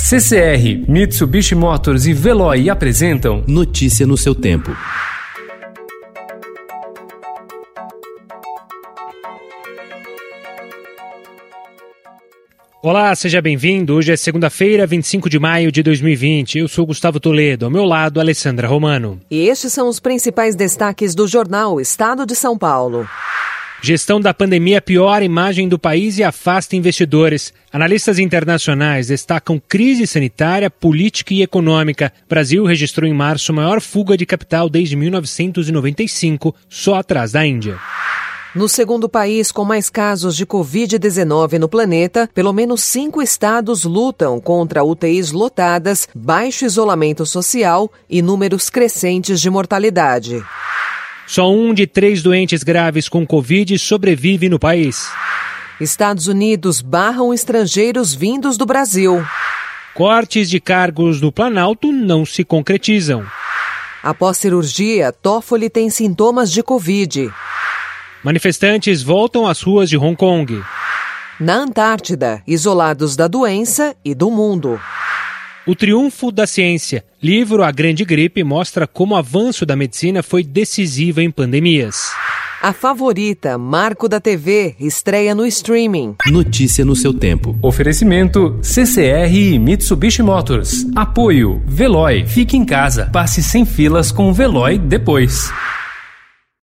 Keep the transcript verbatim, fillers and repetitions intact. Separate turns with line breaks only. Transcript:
C C R, Mitsubishi Motors e Veloy apresentam
Notícia no seu tempo.
Olá, seja bem-vindo. Hoje é segunda-feira, vinte e cinco de maio de dois mil e vinte. Eu sou Gustavo Toledo, ao meu lado, Alessandra Romano.
E estes são os principais destaques do jornal Estado de São Paulo.
Gestão da pandemia piora a imagem do país e afasta investidores. Analistas internacionais destacam crise sanitária, política e econômica. O Brasil registrou em março a maior fuga de capital desde mil novecentos e noventa e cinco, só atrás da Índia.
No segundo país com mais casos de covid dezenove no planeta, pelo menos cinco estados lutam contra U T Is lotadas, baixo isolamento social e números crescentes de mortalidade.
Só um de três doentes graves com Covid sobrevive no país.
Estados Unidos barram estrangeiros vindos do Brasil.
Cortes de cargos no Planalto não se concretizam.
Após cirurgia, Toffoli tem sintomas de Covid.
Manifestantes voltam às ruas de Hong Kong.
Na Antártida, isolados da doença e do mundo.
O Triunfo da Ciência, livro A Grande Gripe, mostra como o avanço da medicina foi decisivo em pandemias.
A Favorita, marco da T V, estreia no streaming.
Notícia no seu tempo.
Oferecimento C C R e Mitsubishi Motors. Apoio Veloy. Fique em casa. Passe sem filas com o Veloy depois.